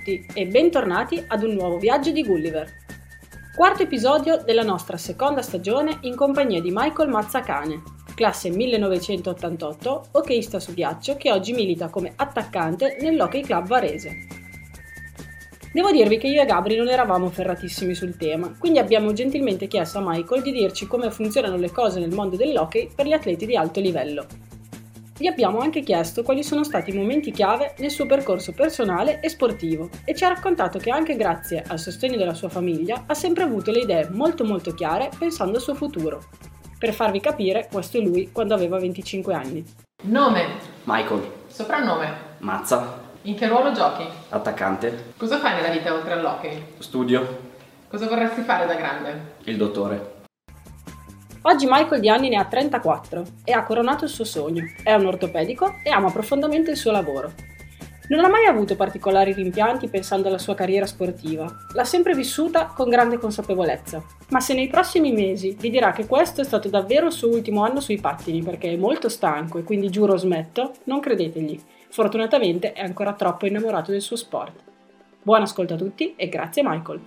tutti e bentornati ad un nuovo viaggio di Gulliver. Quarto episodio della nostra seconda stagione in compagnia di Michael Mazzacane, classe 1988, hockeyista su ghiaccio che oggi milita come attaccante nell'Hockey Club Varese. Devo dirvi che io e Gabri non eravamo ferratissimi sul tema, quindi abbiamo gentilmente chiesto a Michael di dirci come funzionano le cose nel mondo dell'hockey per gli atleti di alto livello. Gli abbiamo anche chiesto quali sono stati i momenti chiave nel suo percorso personale e sportivo e ci ha raccontato che anche grazie al sostegno della sua famiglia ha sempre avuto le idee molto chiare pensando al suo futuro. Per farvi capire, questo è lui quando aveva 25 anni. Nome? Michael. Soprannome? Mazza. In che ruolo giochi? Attaccante. Cosa fai nella vita oltre all'hockey? Studio. Cosa vorresti fare da grande? Il dottore. Oggi Michael di anni ne ha 34 e ha coronato il suo sogno. È un ortopedico e ama profondamente il suo lavoro. Non ha mai avuto particolari rimpianti pensando alla sua carriera sportiva. L'ha sempre vissuta con grande consapevolezza. Ma se nei prossimi mesi vi dirà che questo è stato davvero il suo ultimo anno sui pattini perché è molto stanco e quindi giuro smetto, non credetegli. Fortunatamente è ancora troppo innamorato del suo sport. Buon ascolto a tutti e grazie Michael.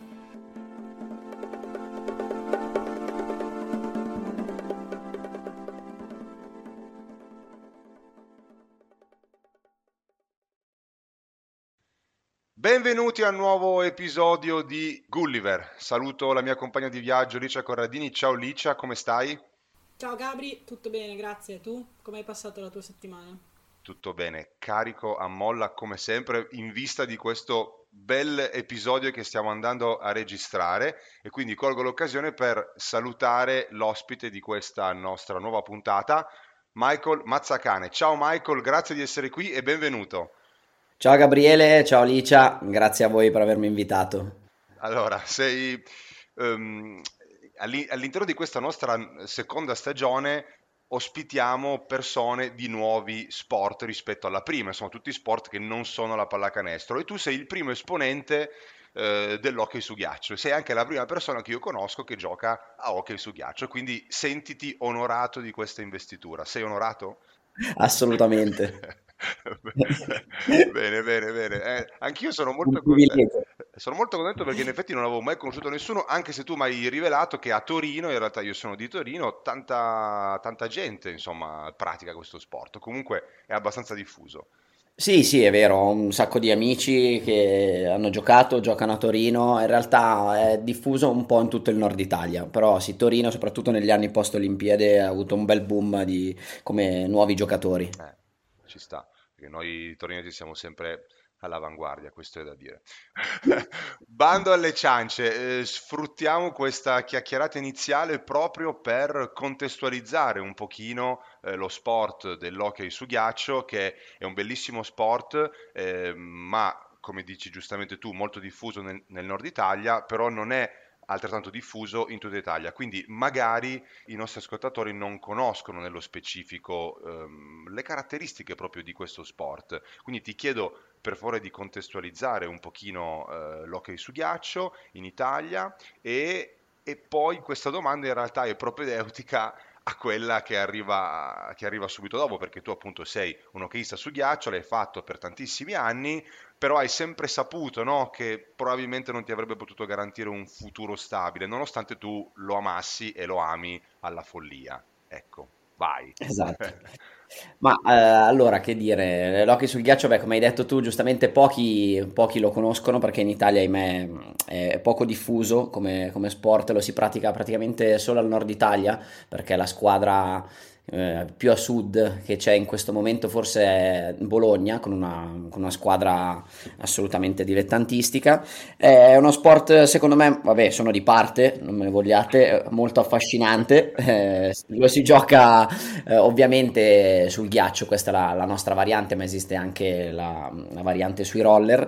Benvenuti a un nuovo episodio di Gulliver. Saluto la mia compagna di viaggio Licia Corradini. Ciao Licia, come stai? Ciao Gabri, tutto bene, grazie. Tu? Come hai passato la tua settimana? Tutto bene, carico a molla come sempre in vista di questo bel episodio che stiamo andando a registrare e quindi colgo l'occasione per salutare l'ospite di questa nostra nuova puntata, Michael Mazzacane. Ciao Michael, grazie di essere qui e benvenuto. Ciao Gabriele, ciao Licia, grazie a voi per avermi invitato. Allora, sei all'interno di questa nostra seconda stagione ospitiamo persone di nuovi sport rispetto alla prima, insomma tutti sport che non sono la pallacanestro e tu sei il primo esponente dell'hockey su ghiaccio, sei anche la prima persona che io conosco che gioca a hockey su ghiaccio, quindi sentiti onorato di questa investitura. Sei onorato? Assolutamente. Bene, bene, bene. Anch'io Un privilegio. sono molto contento perché in effetti non avevo mai conosciuto nessuno, anche se tu mi hai rivelato che a Torino, in realtà io sono di Torino, tanta gente, insomma, pratica questo sport. Comunque è abbastanza diffuso. Sì, è vero, ho un sacco di amici che hanno giocato, giocano a Torino, in realtà è diffuso un po' in tutto il nord Italia, però sì, Torino soprattutto negli anni post Olimpiadi ha avuto un bel boom come nuovi giocatori. Ci sta, perché noi torinesi siamo sempre all'avanguardia, questo è da dire. Bando alle ciance, sfruttiamo questa chiacchierata iniziale proprio per contestualizzare un pochino lo sport dell'hockey su ghiaccio, che è un bellissimo sport, ma come dici giustamente tu, molto diffuso nel nord Italia, però non è altrettanto diffuso in tutta Italia, quindi magari i nostri ascoltatori non conoscono nello specifico le caratteristiche proprio di questo sport. Quindi ti chiedo per favore di contestualizzare un pochino l'hockey su ghiaccio in Italia e poi questa domanda in realtà è propedeutica a quella che arriva subito dopo, perché tu appunto sei un hockeyista su ghiaccio, l'hai fatto per tantissimi anni, però hai sempre saputo, no, che probabilmente non ti avrebbe potuto garantire un futuro stabile, nonostante tu lo amassi e lo ami alla follia. Ecco, vai. Esatto. Ma allora, che dire, l'hockey sul ghiaccio, beh, come hai detto tu, giustamente pochi lo conoscono perché in Italia, ahimè, è poco diffuso come sport, lo si pratica praticamente solo al nord Italia perché la squadra più a sud che c'è in questo momento forse è Bologna con una squadra assolutamente dilettantistica. È uno sport, secondo me, vabbè, sono di parte, non me ne vogliate, molto affascinante. Lo si gioca ovviamente sul ghiaccio, questa è la nostra variante, ma esiste anche la variante sui roller.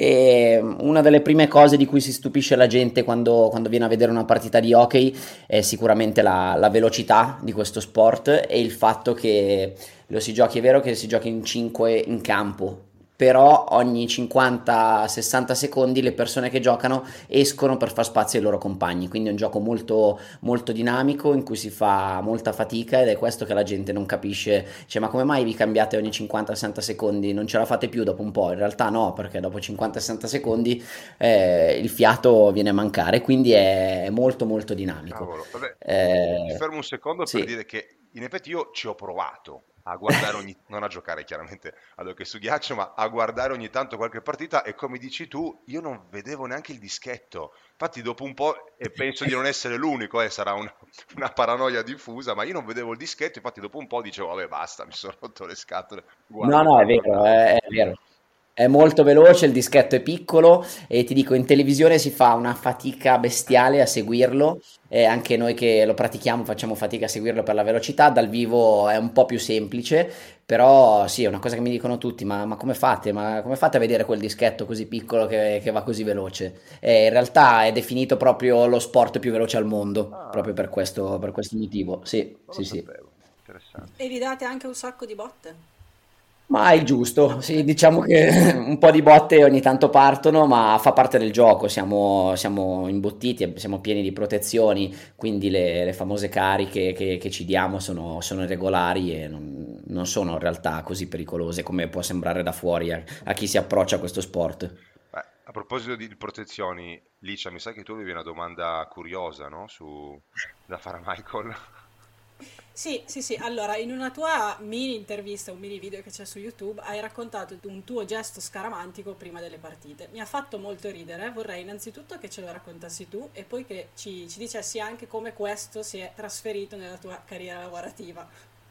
E una delle prime cose di cui si stupisce la gente quando viene a vedere una partita di hockey è sicuramente la velocità di questo sport e il fatto che lo si giochi, è vero che si giochi in 5 in campo, però ogni 50-60 secondi le persone che giocano escono per far spazio ai loro compagni, quindi è un gioco molto, molto dinamico in cui si fa molta fatica ed è questo che la gente non capisce, cioè ma come mai vi cambiate ogni 50-60 secondi, non ce la fate più dopo un po'? In realtà no, perché dopo 50-60 secondi il fiato viene a mancare, quindi è molto molto dinamico. Cavolo, vabbè, mi Eh, fermo un secondo per sì. dire che in effetti io ci ho provato a guardare non a giocare chiaramente ad hockey su ghiaccio, ma a guardare ogni tanto qualche partita e come dici tu, io non vedevo neanche il dischetto. Infatti dopo un po', e penso di non essere l'unico, sarà una paranoia diffusa, ma io non vedevo il dischetto, infatti dopo un po' dicevo, vabbè basta, mi sono rotto le scatole, No, guardo no, è per vero, guardare. è vero. È molto veloce, il dischetto è piccolo e ti dico, in televisione si fa una fatica bestiale a seguirlo e anche noi che lo pratichiamo facciamo fatica a seguirlo per la velocità, dal vivo è un po' più semplice, però sì, è una cosa che mi dicono tutti, ma come fate? Ma come fate a vedere quel dischetto così piccolo che va così veloce? E in realtà è definito proprio lo sport più veloce al mondo, Ah, proprio per questo motivo. Sì, non lo sì, sì. sapevo, interessante. E vi date anche un sacco di botte? Ma è il giusto, sì, diciamo che un po' di botte ogni tanto partono, ma fa parte del gioco, siamo imbottiti, siamo pieni di protezioni, quindi le famose cariche che ci diamo sono regolari e non sono in realtà così pericolose come può sembrare da fuori a chi si approccia a questo sport. A proposito di protezioni, Licia, mi sa che tu avevi una domanda curiosa, no? Da fare a Michael. Sì, sì, sì. Allora, in una tua mini intervista, un mini video che c'è su YouTube, hai raccontato di un tuo gesto scaramantico prima delle partite. Mi ha fatto molto ridere. Vorrei innanzitutto che ce lo raccontassi tu e poi che ci dicessi anche come questo si è trasferito nella tua carriera lavorativa.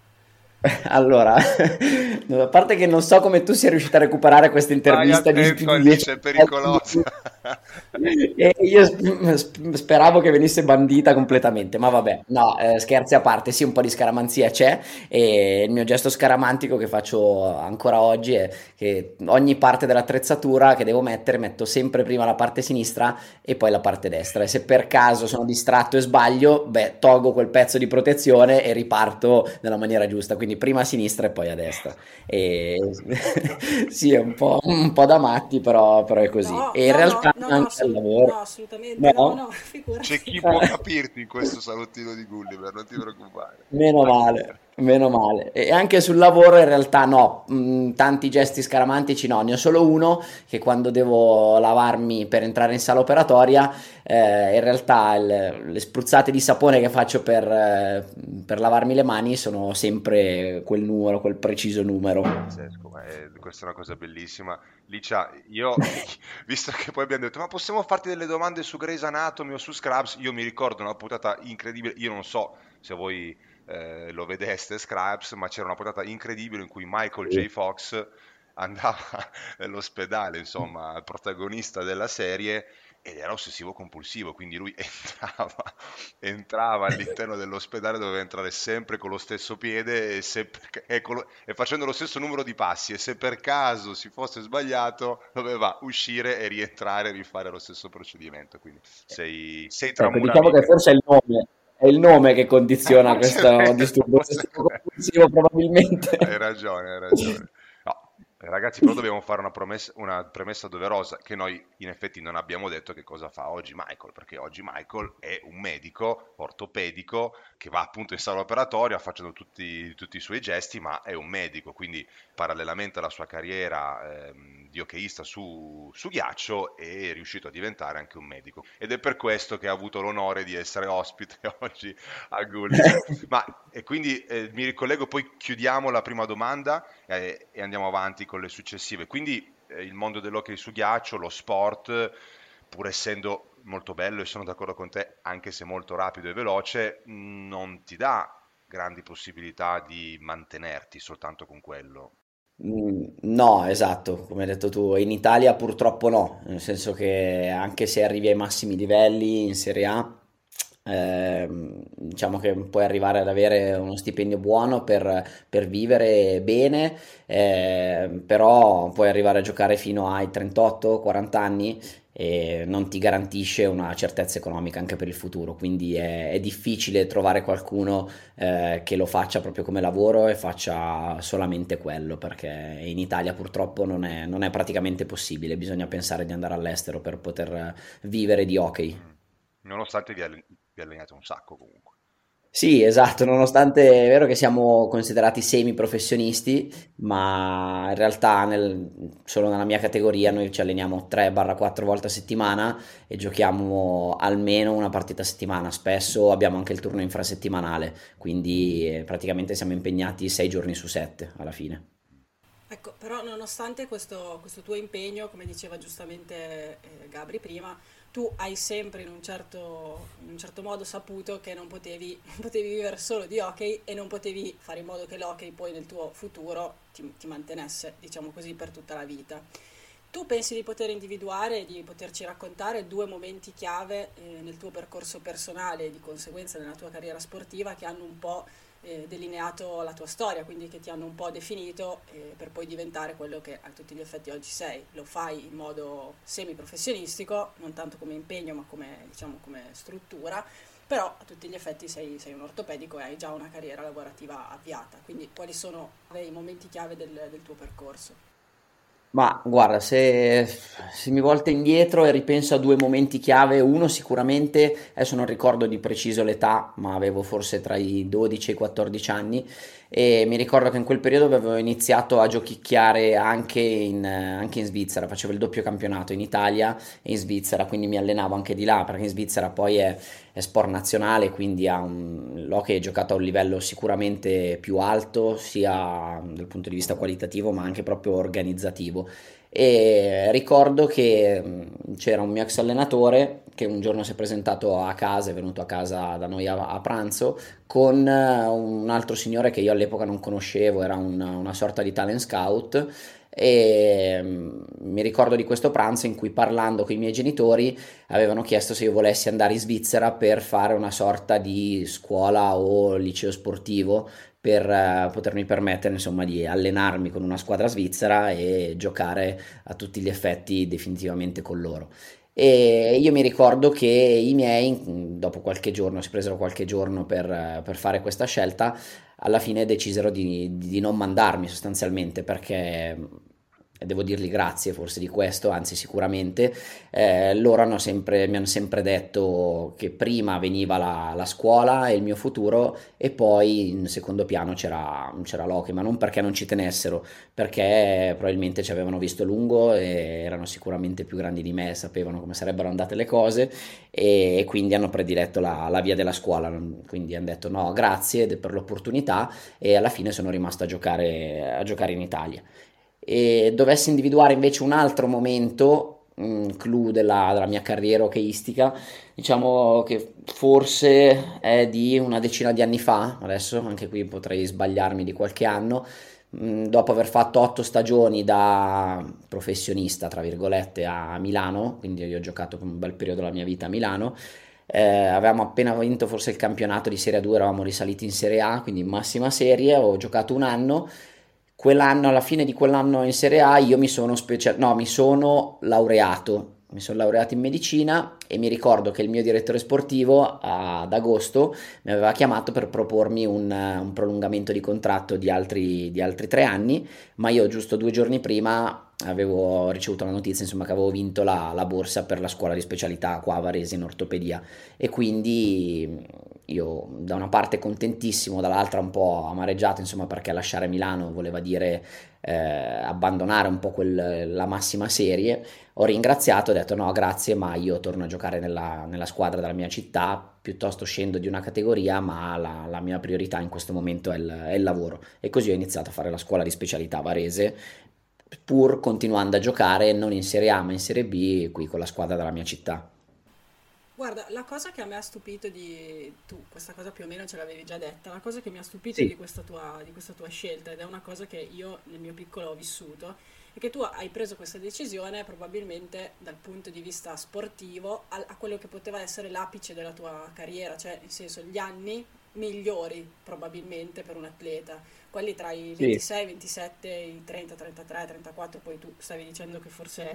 Allora, a parte che non so come tu sia riuscito a recuperare questa Stai intervista di più attento, di 10 Alice, è pericolosa. minuti e io speravo che venisse bandita completamente, ma vabbè, no, scherzi a parte, sì, un po' di scaramanzia c'è e il mio gesto scaramantico che faccio ancora oggi è che ogni parte dell'attrezzatura che devo mettere metto sempre prima la parte sinistra e poi la parte destra e se per caso sono distratto e sbaglio, beh, tolgo quel pezzo di protezione e riparto nella maniera giusta, quindi prima a sinistra e poi a destra. E... sì, è un po' da matti, però è così. No, E in no, no, realtà no, no, anche al no, lavoro, assolutamente no, no? no, C'è figurati. chi può capirti in questo salottino di Gulliver, non ti preoccupare. Meno Vai. male, meno male. E anche sul lavoro in realtà no, tanti gesti scaramantici no, ne ho solo uno che quando devo lavarmi per entrare in sala operatoria, in realtà le spruzzate di sapone che faccio per lavarmi le mani sono sempre quel numero, quel preciso numero. Pazzesco, questa è una cosa bellissima. Licia, io, visto che poi abbiamo detto, ma possiamo farti delle domande su Grey's Anatomy o su Scrubs? Io mi ricordo una puntata incredibile, io non so se voi lo vedeste Scrubs, ma c'era una puntata incredibile in cui Michael J. Fox andava nell'ospedale, insomma, il protagonista della serie, ed era ossessivo compulsivo, quindi lui entrava all'interno dell'ospedale, doveva entrare sempre con lo stesso piede e facendo lo stesso numero di passi, e se per caso si fosse sbagliato doveva uscire e rientrare e rifare lo stesso procedimento, quindi sei tra Ecco, mura diciamo che amiche. forse è il nome che condiziona Forse è questo vero, disturbo forse è ossessivo vero. compulsivo probabilmente. Hai ragione, hai ragione. No, ragazzi, però dobbiamo fare una premessa doverosa, che noi in effetti non abbiamo detto che cosa fa oggi Michael, perché oggi Michael è un medico ortopedico che va appunto in sala operatoria facendo tutti i suoi gesti, ma è un medico, quindi parallelamente alla sua carriera di hockeyista su ghiaccio è riuscito a diventare anche un medico. Ed è per questo che ha avuto l'onore di essere ospite oggi a Gulliver. Ma e quindi mi ricollego, poi chiudiamo la prima domanda e andiamo avanti con le successive. Quindi il mondo dell'hockey su ghiaccio, lo sport, pur essendo molto bello e sono d'accordo con te, anche se molto rapido e veloce, non ti dà grandi possibilità di mantenerti soltanto con quello. No, esatto, come hai detto tu, in Italia purtroppo no, nel senso che anche se arrivi ai massimi livelli in Serie A, diciamo che puoi arrivare ad avere uno stipendio buono per vivere bene, però puoi arrivare a giocare fino ai 38-40 anni e non ti garantisce una certezza economica anche per il futuro, quindi è difficile trovare qualcuno che lo faccia proprio come lavoro e faccia solamente quello, perché in Italia purtroppo non è praticamente possibile, bisogna pensare di andare all'estero per poter vivere di hockey. Mm. Nonostante vi alleniate un sacco comunque. Sì, esatto, nonostante è vero che siamo considerati semi-professionisti, ma in realtà solo nella mia categoria noi ci alleniamo 3-4 volte a settimana e giochiamo almeno una partita a settimana, spesso abbiamo anche il turno infrasettimanale, quindi praticamente siamo impegnati 6 giorni su 7 alla fine. Ecco, però nonostante questo tuo impegno, come diceva giustamente Gabri prima, tu hai sempre in un certo modo saputo che non potevi vivere solo di hockey e non potevi fare in modo che l'hockey poi nel tuo futuro ti mantenesse, diciamo così, per tutta la vita. Tu pensi di poter individuare, di poterci raccontare due momenti chiave nel tuo percorso personale e di conseguenza nella tua carriera sportiva che hanno un po' delineato la tua storia, quindi che ti hanno un po' definito per poi diventare quello che a tutti gli effetti oggi sei. Lo fai in modo semi-professionistico, non tanto come impegno ma come, diciamo, come struttura, però a tutti gli effetti sei un ortopedico e hai già una carriera lavorativa avviata. Quindi quali sono i momenti chiave del tuo percorso? Ma guarda, se mi volto indietro e ripenso a due momenti chiave, uno sicuramente, adesso non ricordo di preciso l'età, ma avevo forse tra i 12 e i 14 anni e mi ricordo che in quel periodo avevo iniziato a giochicchiare anche in Svizzera, facevo il doppio campionato in Italia e in Svizzera, quindi mi allenavo anche di là, perché in Svizzera poi è sport nazionale, quindi l'hockey è giocato a un livello sicuramente più alto, sia dal punto di vista qualitativo, ma anche proprio organizzativo. E ricordo che c'era un mio ex allenatore che un giorno si è presentato a casa, è venuto a casa da noi a pranzo con un altro signore che io all'epoca non conoscevo, era una sorta di talent scout e mi ricordo di questo pranzo in cui parlando con i miei genitori avevano chiesto se io volessi andare in Svizzera per fare una sorta di scuola o liceo sportivo per potermi permettere insomma di allenarmi con una squadra svizzera e giocare a tutti gli effetti definitivamente con loro. E io mi ricordo che i miei, dopo qualche giorno, si presero qualche giorno per fare questa scelta, alla fine decisero di non mandarmi sostanzialmente perché e devo dirgli grazie forse di questo, anzi sicuramente, loro mi hanno sempre detto che prima veniva la scuola e il mio futuro e poi in secondo piano c'era l'hockey, ma non perché non ci tenessero, perché probabilmente ci avevano visto lungo e erano sicuramente più grandi di me, sapevano come sarebbero andate le cose e quindi hanno prediletto la via della scuola, quindi hanno detto no grazie per l'opportunità e alla fine sono rimasto a giocare in Italia. E dovessi individuare invece un altro momento, un clou della mia carriera hockeyistica, diciamo che forse è di una decina di anni fa, adesso anche qui potrei sbagliarmi di qualche anno, dopo aver fatto 8 stagioni da professionista, tra virgolette, a Milano, quindi io ho giocato per un bel periodo della mia vita a Milano, avevamo appena vinto forse il campionato di Serie A2, eravamo risaliti in Serie A, quindi in massima serie, ho giocato un anno. Quell'anno, alla fine di quell'anno in Serie A, io mi sono laureato. Mi sono laureato in medicina e mi ricordo che il mio direttore sportivo ad agosto mi aveva chiamato per propormi un prolungamento di contratto di altri 3 anni, ma io giusto 2 giorni prima avevo ricevuto la notizia, insomma, che avevo vinto la borsa per la scuola di specialità qua a Varese in ortopedia e quindi io da una parte contentissimo, dall'altra un po' amareggiato, insomma, perché lasciare Milano voleva dire abbandonare un po' la massima serie. Ho ringraziato, ho detto no, grazie, ma io torno a giocare nella squadra della mia città, piuttosto scendo di una categoria, ma la mia priorità in questo momento è il lavoro. E così ho iniziato a fare la scuola di specialità a Varese, pur continuando a giocare non in Serie A, ma in Serie B, qui con la squadra della mia città. Guarda, la cosa che a me ha stupito tu, questa cosa più o meno ce l'avevi già detta, la cosa che mi ha stupito Sì, di questa tua scelta, ed è una cosa che io nel mio piccolo ho vissuto, è che tu hai preso questa decisione probabilmente dal punto di vista sportivo a quello che poteva essere l'apice della tua carriera, cioè nel senso gli anni migliori probabilmente per un atleta, quelli tra i sì. 26, 27, i 30, 33, 34, poi tu stavi dicendo che forse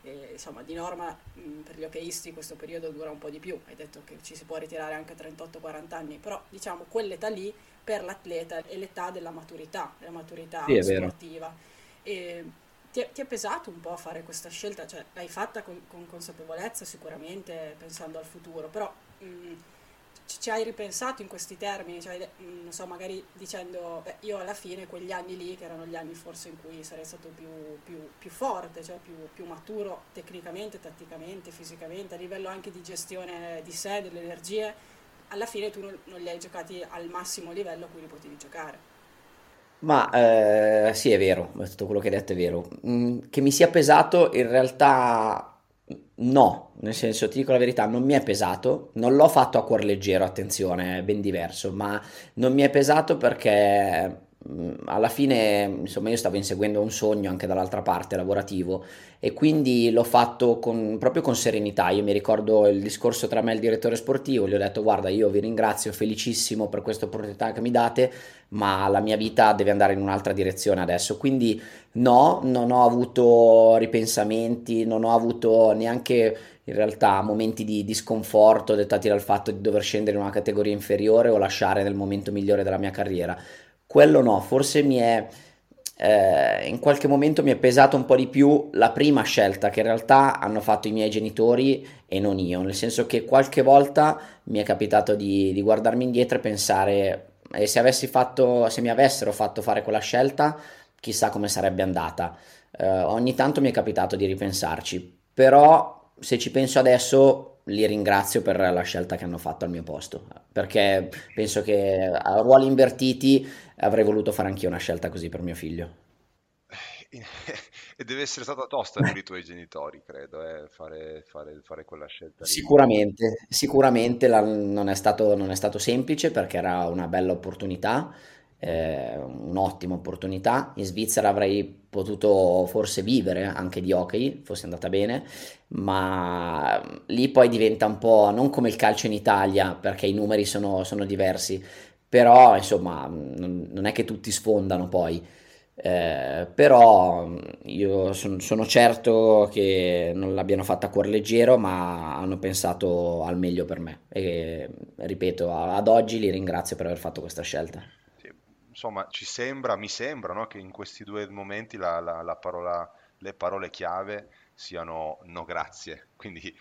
E, insomma, di norma per gli hockeyisti questo periodo dura un po' di più, hai detto che ci si può ritirare anche a 38-40 anni, però diciamo quell'età lì per l'atleta è l'età della maturità Sì, è vero. sportiva. E ti è pesato un po' fare questa scelta? Cioè, l'hai fatta con consapevolezza sicuramente, pensando al futuro, però ci hai ripensato in questi termini? Cioè, non so, magari dicendo, beh, io alla fine quegli anni lì, che erano gli anni forse in cui sarei stato più forte, cioè più maturo tecnicamente, tatticamente, fisicamente, a livello anche di gestione di sé, delle energie, alla fine tu non li hai giocati al massimo livello a cui li potevi giocare. Ma sì, è vero, tutto quello che hai detto è vero. Che mi sia pesato, in realtà no, nel senso, ti dico la verità, non mi è pesato, non l'ho fatto a cuor leggero, attenzione, è ben diverso, ma non mi è pesato perché alla fine, insomma, io stavo inseguendo un sogno anche dall'altra parte, lavorativo, e quindi l'ho fatto proprio con serenità. Io mi ricordo il discorso tra me e il direttore sportivo, gli ho detto, guarda, io vi ringrazio, felicissimo per questa opportunità che mi date, ma la mia vita deve andare in un'altra direzione adesso. Quindi no, non ho avuto ripensamenti, non ho avuto neanche in realtà momenti di sconforto dettati dal fatto di dover scendere in una categoria inferiore o lasciare nel momento migliore della mia carriera. Quello no, forse in qualche momento mi è pesato un po' di più la prima scelta che in realtà hanno fatto i miei genitori e non io, nel senso che qualche volta mi è capitato di guardarmi indietro e pensare, e se mi avessero fatto fare quella scelta, chissà come sarebbe andata. Ogni tanto mi è capitato di ripensarci, però se ci penso adesso li ringrazio per la scelta che hanno fatto al mio posto, perché penso che a ruoli invertiti avrei voluto fare anch'io una scelta così per mio figlio. E deve essere stata tosta per i tuoi genitori, credo, fare quella scelta lì. Sicuramente, sicuramente non è stato semplice perché era una bella opportunità, un'ottima opportunità. In Svizzera avrei potuto forse vivere anche di hockey, fosse andata bene, ma lì poi diventa un po' non come il calcio in Italia perché i numeri sono diversi, però insomma non è che tutti sfondano poi. Però io sono certo che non l'abbiano fatta a cuor leggero, ma hanno pensato al meglio per me. E ripeto, ad oggi li ringrazio per aver fatto questa scelta. Sì, insomma, mi sembra, no, che in questi due momenti le parole chiave siano no grazie, quindi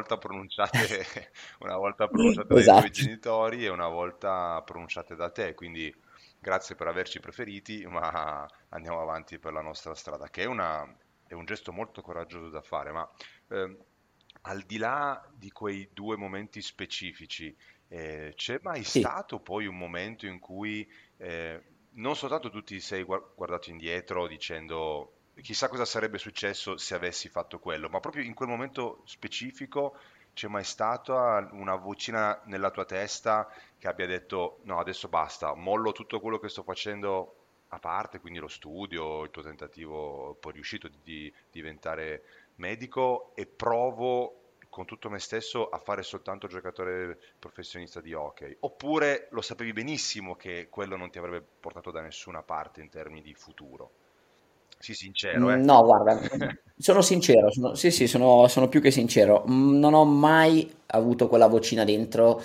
una volta pronunciate dai tuoi Esatto. genitori e una volta pronunciate da te, quindi grazie per averci preferiti, ma andiamo avanti per la nostra strada, è un gesto molto coraggioso da fare, ma ehm, al di là di quei due momenti specifici, c'è mai Sì. stato poi un momento in cui non soltanto tu ti sei guardato indietro dicendo chissà cosa sarebbe successo se avessi fatto quello, ma proprio in quel momento specifico c'è mai stata una vocina nella tua testa che abbia detto no, adesso basta, mollo tutto quello che sto facendo a parte, quindi lo studio, il tuo tentativo poi riuscito di diventare medico e provo con tutto me stesso a fare soltanto giocatore professionista di hockey. Oppure lo sapevi benissimo che quello non ti avrebbe portato da nessuna parte in termini di futuro. Sii sincero, eh. No, guarda, sono sincero, sì, sì, sono più che sincero. Non ho mai avuto quella vocina dentro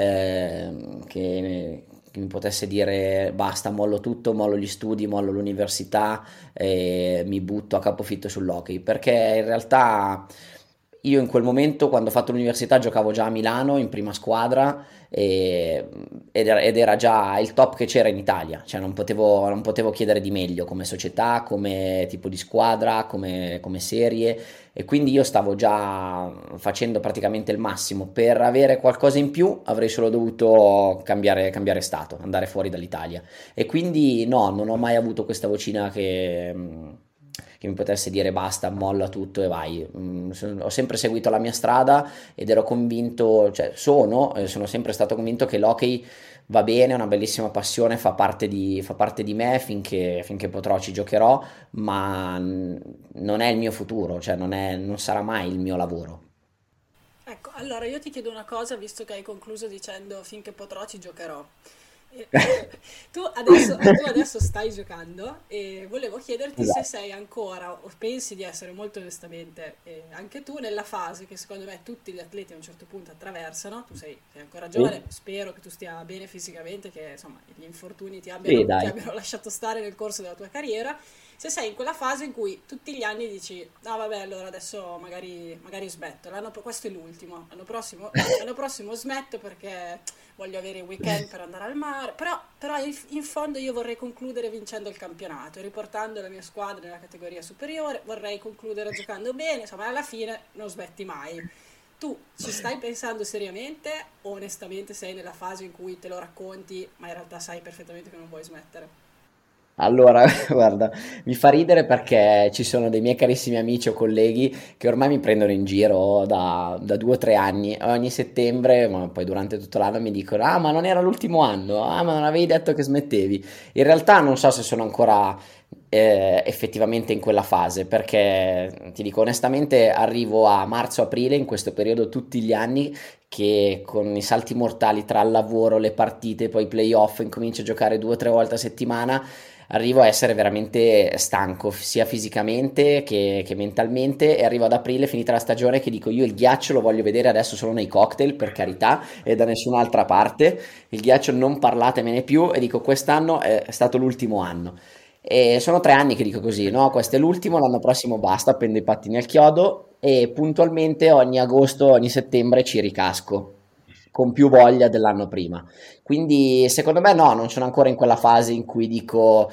che mi potesse dire basta, mollo tutto, mollo gli studi, mollo l'università e mi butto a capofitto sull'hockey, perché in realtà io in quel momento, quando ho fatto l'università, giocavo già a Milano in prima squadra ed era già il top che c'era in Italia, cioè non potevo chiedere di meglio come società, come tipo di squadra, come serie, e quindi io stavo già facendo praticamente il massimo. Per avere qualcosa in più avrei solo dovuto cambiare stato, andare fuori dall'Italia. E quindi no, non ho mai avuto questa vocina che mi potesse dire basta, molla tutto e vai. Ho sempre seguito la mia strada ed ero convinto, cioè sono sempre stato convinto che l'hockey va bene, è una bellissima passione, fa parte di me finché potrò ci giocherò, ma non è il mio futuro, cioè non sarà mai il mio lavoro. Ecco, allora io ti chiedo una cosa, visto che hai concluso dicendo finché potrò ci giocherò. Eh, tu adesso stai giocando e volevo chiederti se Esatto. sei ancora, o pensi di essere molto onestamente, anche tu nella fase che secondo me tutti gli atleti a un certo punto attraversano. Tu sei ancora Sì? giovane, spero che tu stia bene fisicamente, che insomma gli infortuni ti Sì, abbiano, ti dai. abbiano lasciato stare nel corso della tua carriera. Se sei in quella fase in cui tutti gli anni dici, no vabbè, allora adesso magari smetto, questo è l'ultimo, l'anno prossimo smetto perché voglio avere i weekend per andare al mare, però in fondo io vorrei concludere vincendo il campionato, riportando la mia squadra nella categoria superiore, vorrei concludere giocando bene, insomma alla fine non smetti mai. Tu ci stai pensando seriamente o onestamente sei nella fase in cui te lo racconti, ma in realtà sai perfettamente che non vuoi smettere? Allora, guarda, mi fa ridere perché ci sono dei miei carissimi amici o colleghi che ormai mi prendono in giro da 2 o 3 anni. Ogni settembre, ma poi durante tutto l'anno mi dicono: Ah, ma non era l'ultimo anno? Ah, ma non avevi detto che smettevi? In realtà non so se sono ancora effettivamente in quella fase, perché ti dico onestamente, arrivo a marzo-aprile in questo periodo tutti gli anni che con i salti mortali tra il lavoro, le partite, poi i playoff, incomincio a giocare 2 o 3 volte a settimana. Arrivo a essere veramente stanco, sia fisicamente che mentalmente, e arrivo ad aprile, finita la stagione, che dico io il ghiaccio lo voglio vedere adesso solo nei cocktail, per carità, e da nessun'altra parte. Il ghiaccio non parlatemene più, e dico quest'anno è stato l'ultimo anno. E sono 3 anni che dico così, no? Questo è l'ultimo, l'anno prossimo basta, appendo i pattini al chiodo e puntualmente ogni agosto, ogni settembre ci ricasco con più voglia dell'anno prima. Quindi secondo me no, non sono ancora in quella fase in cui dico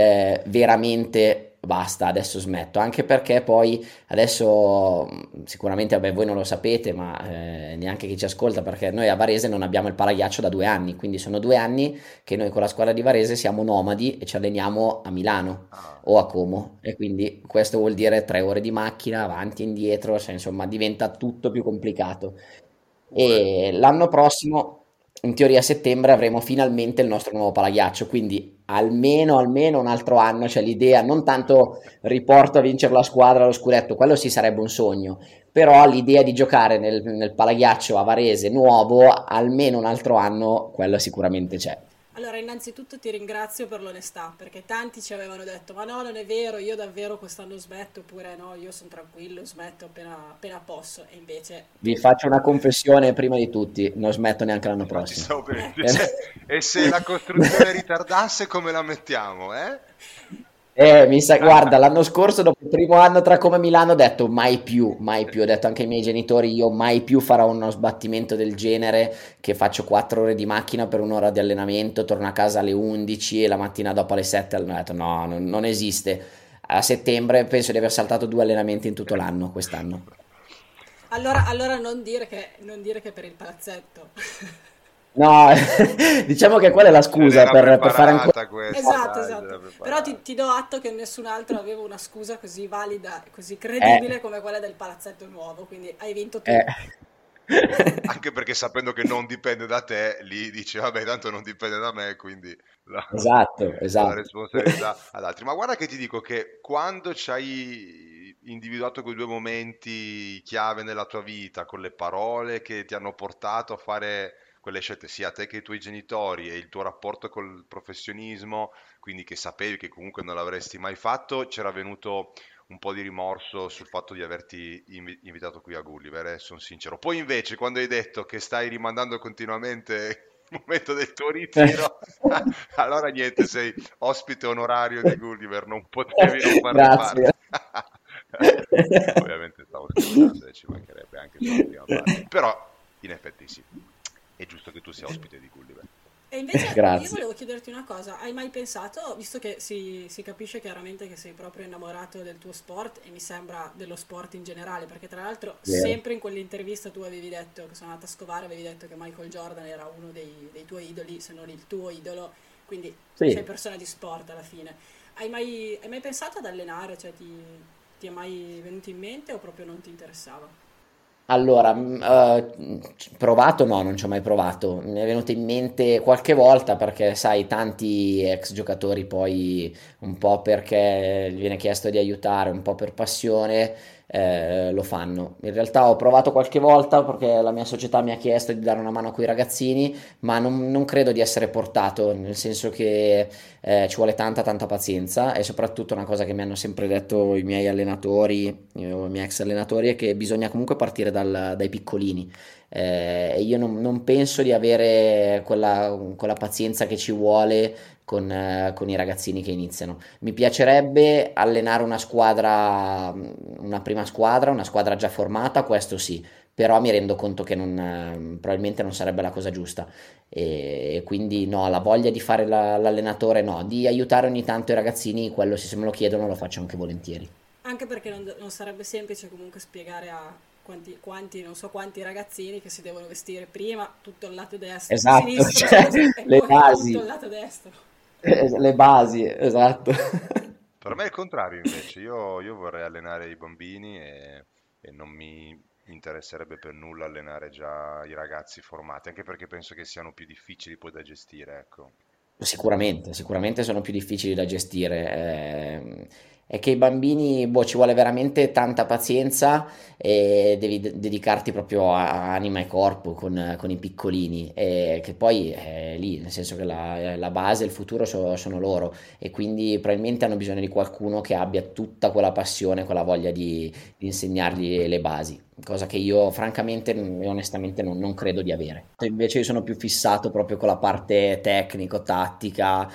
veramente basta, adesso smetto, anche perché poi adesso sicuramente, vabbè, voi non lo sapete, ma neanche chi ci ascolta, perché noi a Varese non abbiamo il palaghiaccio da 2 anni, quindi sono 2 anni che noi con la squadra di Varese siamo nomadi e ci alleniamo a Milano Ah, o a Como, e quindi questo vuol dire 3 ore di macchina avanti e indietro, cioè, insomma diventa tutto più complicato. pure. E l'anno prossimo, in teoria a settembre, avremo finalmente il nostro nuovo palaghiaccio, quindi almeno un altro anno c'è l'idea, non tanto riporto a vincere la squadra allo scudetto, quello sì sarebbe un sogno, però l'idea di giocare nel palaghiaccio a Varese nuovo almeno un altro anno, quello sicuramente c'è. Allora, innanzitutto ti ringrazio per l'onestà, perché tanti ci avevano detto, ma no, non è vero, io davvero quest'anno smetto, oppure no, io sono tranquillo, smetto appena posso, e invece Vi tu, faccio una confessione prima di tutti, non smetto neanche l'anno Infatti prossimo. stavo per dire, eh, e se la costruzione ritardasse, come la mettiamo, eh? Mi sa, guarda, l'anno scorso, dopo il primo anno tra Como e Milano, ho detto mai più, mai più. Ho detto anche ai miei genitori, io mai più farò uno sbattimento del genere, che faccio 4 ore di macchina per un'ora di allenamento, torno a casa alle 11 e la mattina dopo alle 7. Ho detto no, non esiste. A settembre penso di aver saltato 2 allenamenti in tutto l'anno, quest'anno. allora non dire che per il palazzetto. No, diciamo che quella è la Ce scusa l'era per fare ancora. preparata questa, Esatto, dai, ce l'era esatto. Però ti, preparata. ti do atto che nessun altro aveva una scusa così valida e così Eh, credibile come quella del palazzetto nuovo, quindi hai vinto tu. eh. Anche perché sapendo che non dipende da te, lì dici, vabbè, tanto non dipende da me, quindi la, Esatto, la esatto. responsabilità ad altri. Ma guarda che ti dico che quando ci hai individuato quei due momenti chiave nella tua vita, con le parole che ti hanno portato a fare quelle scelte, sia te che i tuoi genitori, e il tuo rapporto col professionismo, quindi che sapevi che comunque non l'avresti mai fatto, c'era venuto un po' di rimorso sul fatto di averti invitato qui a Gulliver, sono sincero. Poi invece, quando hai detto che stai rimandando continuamente il momento del tuo ritiro, allora niente, sei ospite onorario di Gulliver, non potevi non farne Grazie. parte. Ovviamente stavo scherzando, ci mancherebbe anche sulla prima parte. Però, in effetti sì, è giusto che tu sia ospite di Gulliver. E invece io Grazie. volevo chiederti una cosa, hai mai pensato, visto che si capisce chiaramente che sei proprio innamorato del tuo sport e mi sembra dello sport in generale, perché tra l'altro Vero. sempre in quell'intervista tu avevi detto, che sono andata a scovare, avevi detto che Michael Jordan era uno dei tuoi idoli, se non il tuo idolo, quindi sei Sì. persona di sport alla fine. Hai mai pensato ad allenare? Cioè ti è mai venuto in mente o proprio non ti interessava? Allora, provato no, non ci ho mai provato. Mi è venuto in mente qualche volta perché, sai, tanti ex giocatori poi un po' perché gli viene chiesto di aiutare, un po' per passione, lo fanno. In realtà ho provato qualche volta perché la mia società mi ha chiesto di dare una mano coi ragazzini, ma non credo di essere portato, nel senso che ci vuole tanta pazienza e soprattutto una cosa che mi hanno sempre detto i miei allenatori, o i miei ex allenatori, è che bisogna comunque partire dai piccolini. E io non penso di avere quella pazienza che ci vuole con i ragazzini che iniziano. Mi piacerebbe allenare una prima squadra, una squadra già formata, questo sì, però mi rendo conto che probabilmente non sarebbe la cosa giusta. E quindi no, la voglia di fare l'allenatore no, di aiutare ogni tanto i ragazzini, quello se me lo chiedono lo faccio anche volentieri. Anche perché non sarebbe semplice comunque spiegare a non so quanti ragazzini che si devono vestire prima tutto il lato destro, Esatto, sinistro, cioè scusa, e le poi tutto basi, il lato destro. le basi, esatto. Per me è il contrario invece, io vorrei allenare i bambini e non mi interesserebbe per nulla allenare già i ragazzi formati, anche perché penso che siano più difficili poi da gestire, ecco. Sicuramente sono più difficili da gestire. È che i bambini, boh, ci vuole veramente tanta pazienza e devi dedicarti proprio a anima e corpo con i piccolini, e che poi è lì, nel senso che la base, il futuro sono loro e quindi probabilmente hanno bisogno di qualcuno che abbia tutta quella passione, quella voglia di insegnargli le basi. Cosa che io francamente e onestamente non credo di avere. Invece io sono più fissato proprio con la parte tecnico-tattica,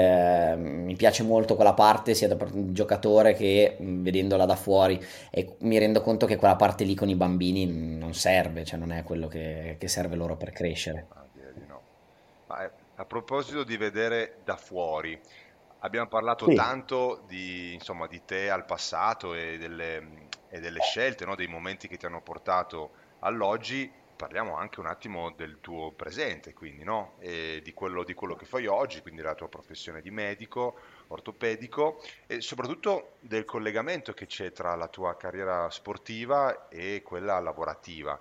mi piace molto quella parte sia da giocatore che vedendola da fuori e mi rendo conto che quella parte lì con i bambini non serve, cioè non è quello che serve loro per crescere. Ah, direi di no. Ma, a proposito di vedere da fuori, abbiamo parlato Sì. tanto insomma, di te al passato e delle scelte, no? Dei momenti che ti hanno portato all'oggi. Parliamo anche un attimo del tuo presente, quindi, no? E di quello che fai oggi, quindi la tua professione di medico, ortopedico e soprattutto del collegamento che c'è tra la tua carriera sportiva e quella lavorativa.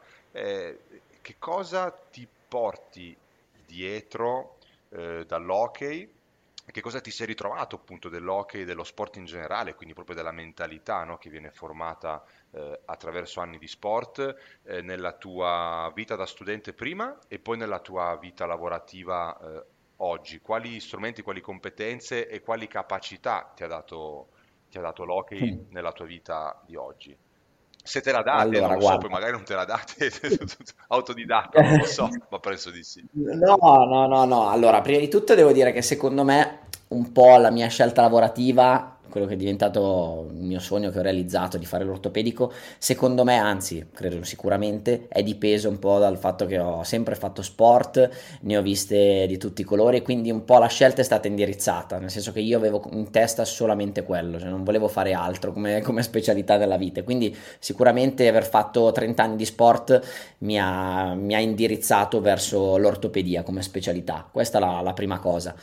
Che cosa ti porti dietro dall'hockey? Che cosa ti sei ritrovato appunto dell'hockey e dello sport in generale, quindi proprio della mentalità, no, che viene formata attraverso anni di sport nella tua vita da studente prima e poi nella tua vita lavorativa oggi? Quali strumenti, quali competenze e quali capacità ti ha dato l'hockey Mm. nella tua vita di oggi? Se te la date, non Allora, lo so, poi guarda. magari non te la date, autodidatta, non lo so, ma penso di sì. No, no. Allora, prima di tutto devo dire che secondo me un po' la mia scelta lavorativa, quello che è diventato il mio sogno che ho realizzato di fare l'ortopedico, secondo me, anzi, credo sicuramente, è dipeso un po' dal fatto che ho sempre fatto sport, ne ho viste di tutti i colori, quindi un po' la scelta è stata indirizzata, nel senso che io avevo in testa solamente quello, cioè non volevo fare altro come specialità della vita. Quindi sicuramente aver fatto 30 anni di sport mi ha indirizzato verso l'ortopedia come specialità. Questa è la prima cosa.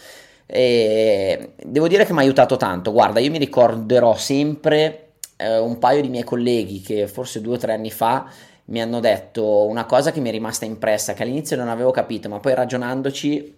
E devo dire che mi ha aiutato tanto. Guarda, io mi ricorderò sempre un paio di miei colleghi che forse 2 o 3 anni fa mi hanno detto una cosa che mi è rimasta impressa, che all'inizio non avevo capito, ma poi ragionandoci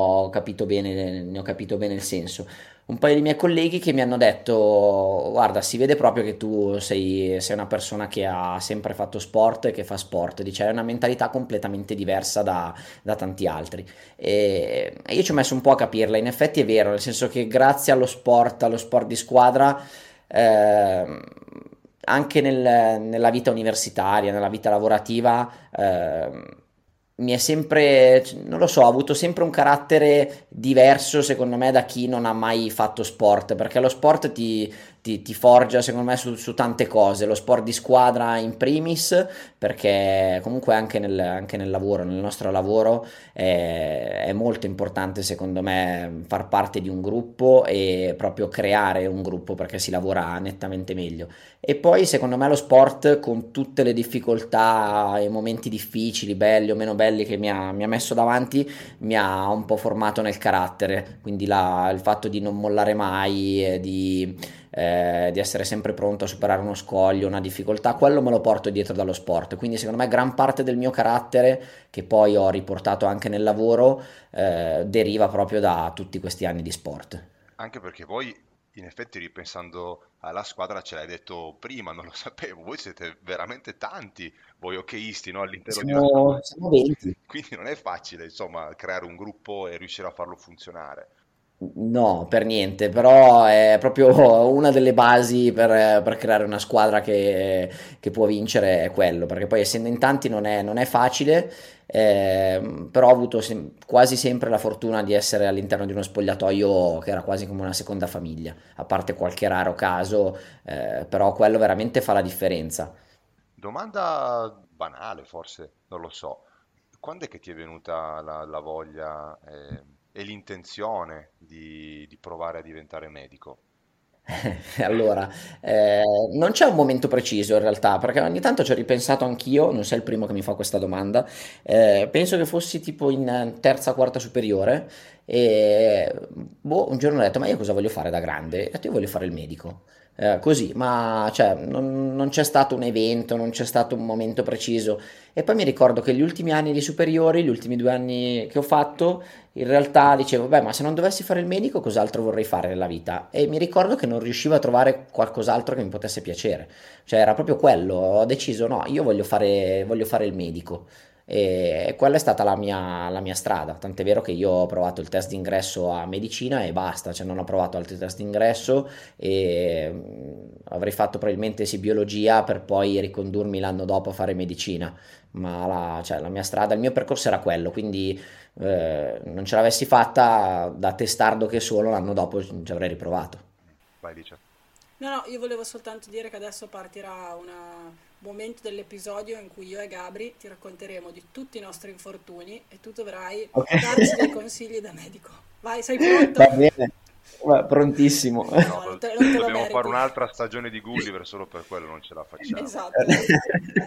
ne ho capito bene il senso. Un paio di miei colleghi che mi hanno detto: Guarda, si vede proprio che tu sei una persona che ha sempre fatto sport e che fa sport. Dice, hai una mentalità completamente diversa da tanti altri. E io ci ho messo un po' a capirla. In effetti è vero, nel senso che grazie allo sport di squadra, ehm, anche nella vita universitaria, nella vita lavorativa, mi è sempre, non lo so, ho avuto sempre un carattere diverso secondo me da chi non ha mai fatto sport, perché lo sport ti forgia secondo me su tante cose, lo sport di squadra in primis, perché comunque anche nel lavoro, nel nostro lavoro è molto importante secondo me far parte di un gruppo e proprio creare un gruppo perché si lavora nettamente meglio. E poi secondo me lo sport con tutte le difficoltà e momenti difficili, belli o meno belli che mi ha messo davanti, mi ha un po' formato nel carattere, quindi il fatto di non mollare mai, di essere sempre pronto a superare uno scoglio, una difficoltà, quello me lo porto dietro dallo sport. Quindi secondo me gran parte del mio carattere, che poi ho riportato anche nel lavoro, deriva proprio da tutti questi anni di sport. Anche perché poi in effetti ripensando alla squadra ce l'hai detto prima, non lo sapevo, voi siete veramente tanti, voi hockeyisti, no? All'interno di una squadra. Siamo 20. Quindi non è facile, insomma, creare un gruppo e riuscire a farlo funzionare. No, per niente, però è proprio una delle basi per creare una squadra che può vincere è quello, perché poi essendo in tanti non è facile, però ho avuto quasi sempre la fortuna di essere all'interno di uno spogliatoio che era quasi come una seconda famiglia, a parte qualche raro caso, però quello veramente fa la differenza. Domanda banale, forse, non lo so. Quando è che ti è venuta la voglia e l'intenzione di provare a diventare medico? Allora, non c'è un momento preciso in realtà, perché ogni tanto ci ho ripensato anch'io, non sei il primo che mi fa questa domanda. Penso che fossi tipo in terza, quarta superiore e boh, un giorno ho detto, ma io cosa voglio fare da grande? E ho detto, io voglio fare il medico. Così, ma cioè, non c'è stato un evento, non c'è stato un momento preciso. E poi mi ricordo che gli ultimi anni di superiori, gli ultimi 2 anni che ho fatto, in realtà dicevo, beh, ma se non dovessi fare il medico, cos'altro vorrei fare nella vita? E mi ricordo che non riuscivo a trovare qualcos'altro che mi potesse piacere. Cioè, era proprio quello. Ho deciso, no, io voglio fare il medico. E quella è stata la mia strada. Tant'è vero che io ho provato il test d'ingresso a medicina e basta, cioè non ho provato altri test d'ingresso e avrei fatto probabilmente sì biologia per poi ricondurmi l'anno dopo a fare medicina. Ma cioè, la mia strada, il mio percorso era quello, quindi non ce l'avessi fatta da testardo che sono, l'anno dopo ci avrei riprovato. Vai, Licia. No, no, io volevo soltanto dire che adesso partirà un momento dell'episodio in cui io e Gabri ti racconteremo di tutti i nostri infortuni e tu dovrai Ok. darci dei consigli da medico. Vai, sei Va pronto? bene, prontissimo. No, No, non te lo dobbiamo fare meriti. un'altra stagione di Gulliver, solo per quello non ce la facciamo. Esatto, esatto.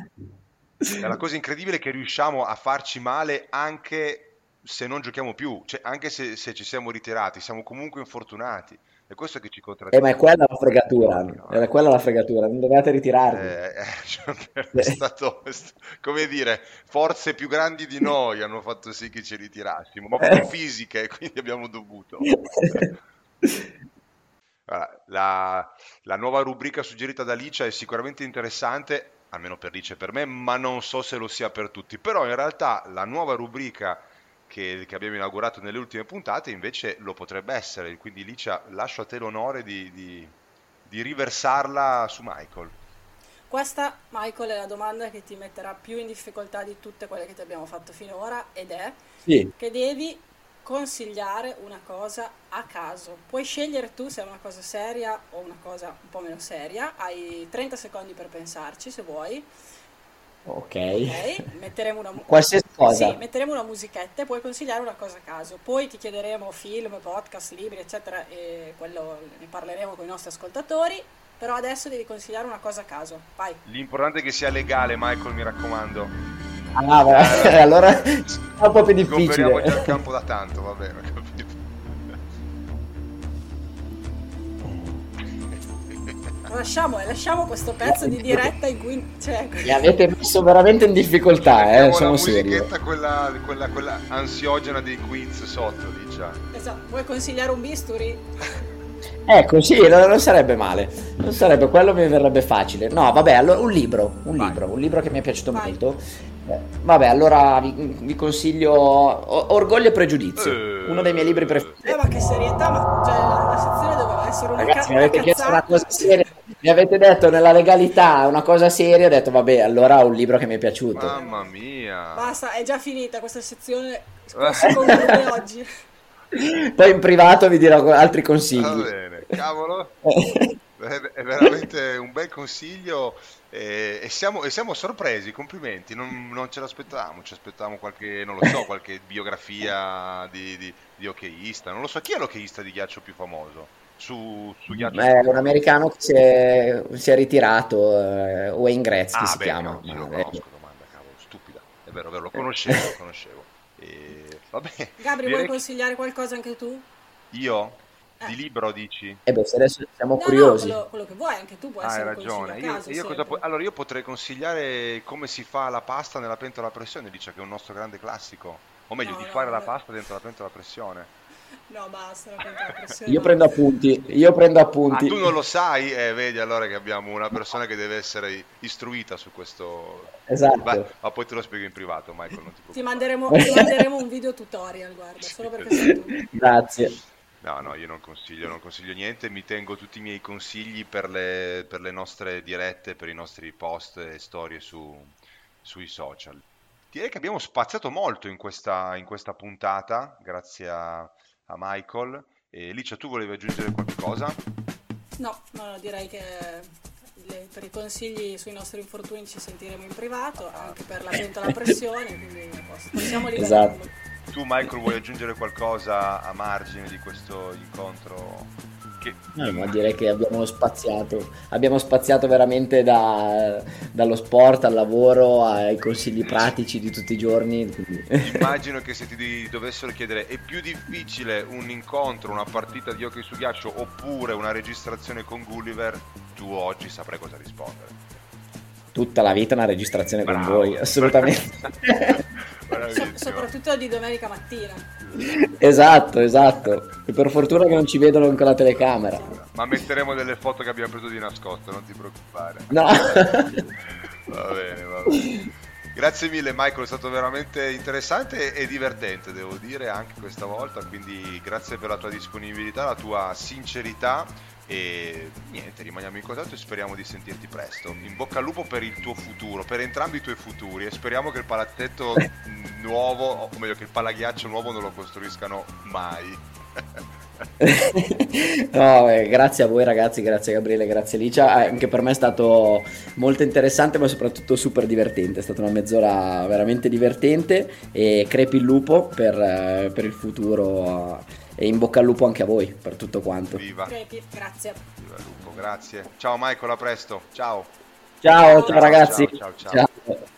E la cosa incredibile è che riusciamo a farci male anche se non giochiamo più, cioè anche se ci siamo ritirati, siamo comunque infortunati. E questo che ci Ma è contraddistingue. quella la fregatura, Porca era vacca. quella la fregatura, non dovevate ritirarvi. Cioè, è stato, come dire, forze più grandi di noi hanno fatto sì che ci ritirassimo, ma proprio fisiche, quindi abbiamo dovuto. Guarda, la nuova rubrica suggerita da Licia è sicuramente interessante, almeno per Licia e per me, ma non so se lo sia per tutti. Però in realtà la nuova rubrica che abbiamo inaugurato nelle ultime puntate invece lo potrebbe essere. Quindi Licia, lascio a te l'onore di riversarla su Michael. Questa, Michael, è la domanda che ti metterà più in difficoltà di tutte quelle che ti abbiamo fatto finora ed è Sì, che devi consigliare una cosa a caso. Puoi scegliere tu se è una cosa seria o una cosa un po' meno seria. Hai 30 secondi per pensarci se vuoi. ok. Ok, metteremo una, Qualsiasi sì, cosa. metteremo una musichetta e puoi consigliare una cosa a caso. Poi ti chiederemo film, podcast, libri, eccetera, e quello ne parleremo con i nostri ascoltatori. Però adesso devi consigliare una cosa a caso. Vai. L'importante è che sia legale, Michael, mi raccomando. Ah, beh, Eh, allora è un po' più Sgomberiamo difficile. già il campo da tanto, va bene, ho capito. Lasciamo questo pezzo di diretta in cui c'è. Mi avete messo veramente in difficoltà, Mettiamo la sono serio. musichetta, quella ansiogena dei quiz sotto, diciamo. Esatto, vuoi consigliare un bisturi? Ecco, sì, non sarebbe male. Non sarebbe, quello mi verrebbe facile. No, vabbè, allora un libro, un Vai. libro, un libro che mi è piaciuto Vai. molto. Vabbè, allora vi consiglio Orgoglio e Pregiudizio, uno dei miei libri preferiti. Ma che serietà, ma cioè, la sezione doveva essere Ragazzi, mi una avete chiesto una cosa cazzata. seria, mi avete detto nella legalità una cosa seria, ho detto vabbè, allora ho un libro che mi è piaciuto. Mamma mia. Basta, è già finita questa sezione. Si conclude oggi. Poi in privato vi dirò altri Va consigli. bene, cavolo. È veramente un bel consiglio e siamo sorpresi, complimenti, non ce l'aspettavamo, ci aspettavamo qualche, non lo so, qualche biografia di hockeyista, non lo so, chi è l'hockeyista di ghiaccio più famoso? Su ghiaccio È un sintetico? americano che si è ritirato, Wayne Gretzky Ah, si beh, chiama. cavolo, sì, lo conosco, domanda, cavolo, stupida, è vero, lo conoscevo, lo conoscevo. E, vabbè, Gabri, vuoi direi che consigliare qualcosa anche tu? io, Eh. di libro dici? E beh, se adesso siamo No, no, curiosi. quello che vuoi, anche tu può Ah, hai essere un consiglio a ragione. caso Io sempre. allora io potrei consigliare come si fa la pasta nella pentola a pressione, dice che è un nostro grande classico. O meglio, No, di no, fare la pasta dentro la pentola a pressione. No, basta, la pressione Io no. prendo appunti, io prendo Ah, appunti. tu non lo sai? Vedi allora che abbiamo una persona che deve essere istruita su questo. Beh, Esatto. ma poi te lo spiego in privato, Michael, non ti Ti preoccupare. manderemo un video tutorial, guarda, Sì. solo perché sei tu. Grazie. No, no, io non consiglio niente, mi tengo tutti i miei consigli per le nostre dirette, per i nostri post e storie sui social. Direi che abbiamo spaziato molto in questa puntata, grazie a Michael. E Licia, tu volevi aggiungere qualcosa? No, no, no, direi che per i consigli sui nostri infortuni ci sentiremo in privato, anche per la pentola a pressione, quindi possiamo Esatto. liberarlo. Tu, Michael, vuoi aggiungere qualcosa a margine di questo incontro? Che Ma direi che abbiamo spaziato veramente dallo sport al lavoro ai consigli pratici di tutti i giorni. Quindi. immagino che se ti dovessero chiedere è più difficile un incontro, una partita di hockey su ghiaccio oppure una registrazione con Gulliver, tu oggi saprai cosa rispondere. Tutta la vita una registrazione con Bravo. voi, assolutamente. Bravissimo. Soprattutto di domenica mattina. Esatto, esatto. E per fortuna che non ci vedono con la telecamera. Ma metteremo delle foto che abbiamo preso di nascosto, non ti preoccupare. No. Va bene, va bene. Grazie mille Michael, è stato veramente interessante e divertente, devo dire, anche questa volta, quindi grazie per la tua disponibilità, la tua sincerità e niente, rimaniamo in contatto e speriamo di sentirti presto. In bocca al lupo per il tuo futuro, per entrambi i tuoi futuri e speriamo che il palazzetto nuovo, o meglio che il palaghiaccio nuovo non lo costruiscano mai. No, grazie a voi ragazzi, grazie Gabriele, grazie Licia. Anche per me è stato molto interessante, ma soprattutto super divertente. È stata una mezz'ora veramente divertente e crepi il lupo per il futuro e in bocca al lupo anche a voi per tutto quanto. Viva, Crepi, grazie. viva il lupo, grazie. Ciao Michael, a presto. Ciao. Ciao, ciao ragazzi. Ciao, ciao, ciao. Ciao.